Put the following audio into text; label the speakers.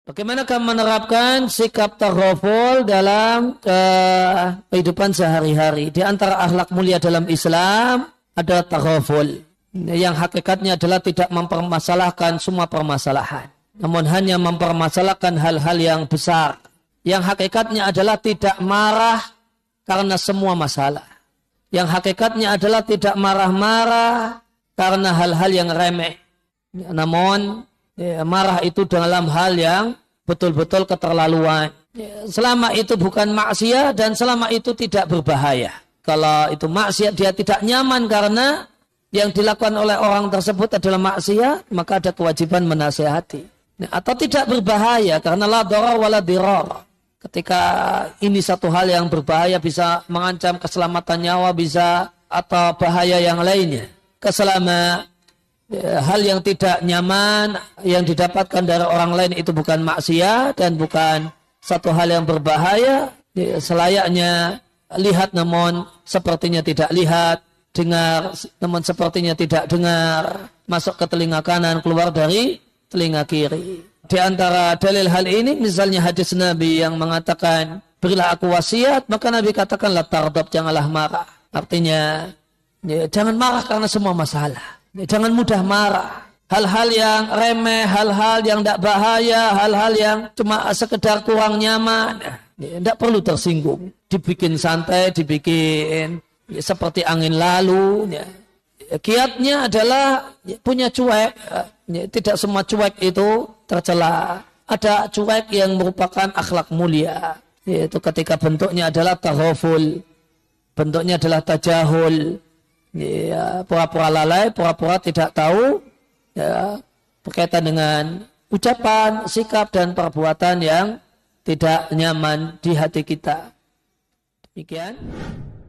Speaker 1: Bagaimanakah menerapkan sikap taghaful dalam kehidupan sehari-hari? Di antara akhlak mulia dalam Islam ada taghaful, yang hakikatnya adalah tidak mempermasalahkan semua permasalahan, namun hanya mempermasalahkan hal-hal yang besar. Yang hakikatnya adalah tidak marah karena semua masalah. Yang hakikatnya adalah tidak marah-marah karena hal-hal yang remeh. Namun marah itu dalam hal yang betul-betul keterlaluan. Selama itu bukan maksiat dan selama itu tidak berbahaya. Kalau itu maksiat dia tidak nyaman karena yang dilakukan oleh orang tersebut adalah maksiat, maka ada kewajiban menasihati. Atau tidak berbahaya karena la darar wala dirar. Ketika ini satu hal yang berbahaya bisa mengancam keselamatan nyawa bisa atau bahaya yang lainnya. Hal yang tidak nyaman yang didapatkan dari orang lain itu bukan maksiat dan bukan satu hal yang berbahaya. Selayaknya lihat namun sepertinya tidak lihat, dengar namun sepertinya tidak dengar, masuk ke telinga kanan keluar dari telinga kiri. Di antara dalil hal ini misalnya hadis Nabi yang mengatakan berilah aku wasiat, maka Nabi katakan la tardab, janganlah marah. Artinya jangan marah karena semua masalah. Jangan mudah marah. Hal-hal yang remeh, hal-hal yang tidak bahaya, hal-hal yang cuma sekedar kurang nyaman, tidak perlu tersinggung. Dibikin santai, dibikin seperti angin lalu. Kiatnya adalah punya cuek. Tidak semua cuek itu tercela. Ada cuek yang merupakan akhlak mulia. Yaitu ketika bentuknya adalah taghaful, bentuknya adalah tajahul. Pura-pura lalai, pura-pura tidak tahu, berkaitan dengan ucapan, sikap dan perbuatan yang tidak nyaman di hati kita. Demikian.